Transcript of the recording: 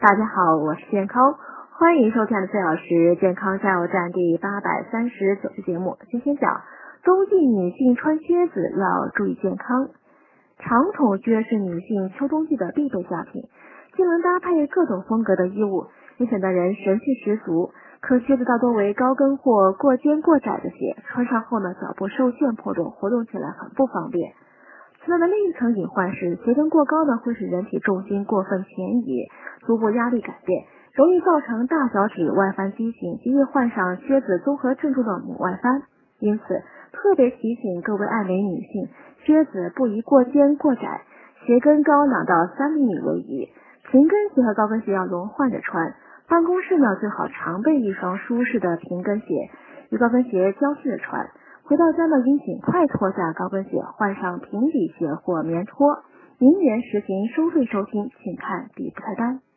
大家好，我是健康，欢迎收看的4小时健康加油站第839期节目。今天讲冬季女性穿靴子要注意健康。长筒靴是女性秋冬季的必备佳品，既能搭配各种风格的衣物，也显得人神气十足。可靴子大多为高跟或过肩过窄的鞋，穿上后呢，脚部受限破洞，活动起来很不方便。此外的另一层隐患是，鞋跟过高呢，会使人体重心过分前移，足部压力改变，容易造成大脚趾外翻畸形，极易患上靴子综合症中的母外翻。因此，特别提醒各位爱美女性，靴子不宜过肩过窄，鞋跟高2到3厘米为宜。平跟鞋和高跟鞋要轮换着穿，办公室呢最好常备一双舒适的平跟鞋，与高跟鞋交替着穿。回到家呢，应尽快脱下高跟鞋，换上平底鞋或棉拖。明年实行收费收听，请看底部菜单。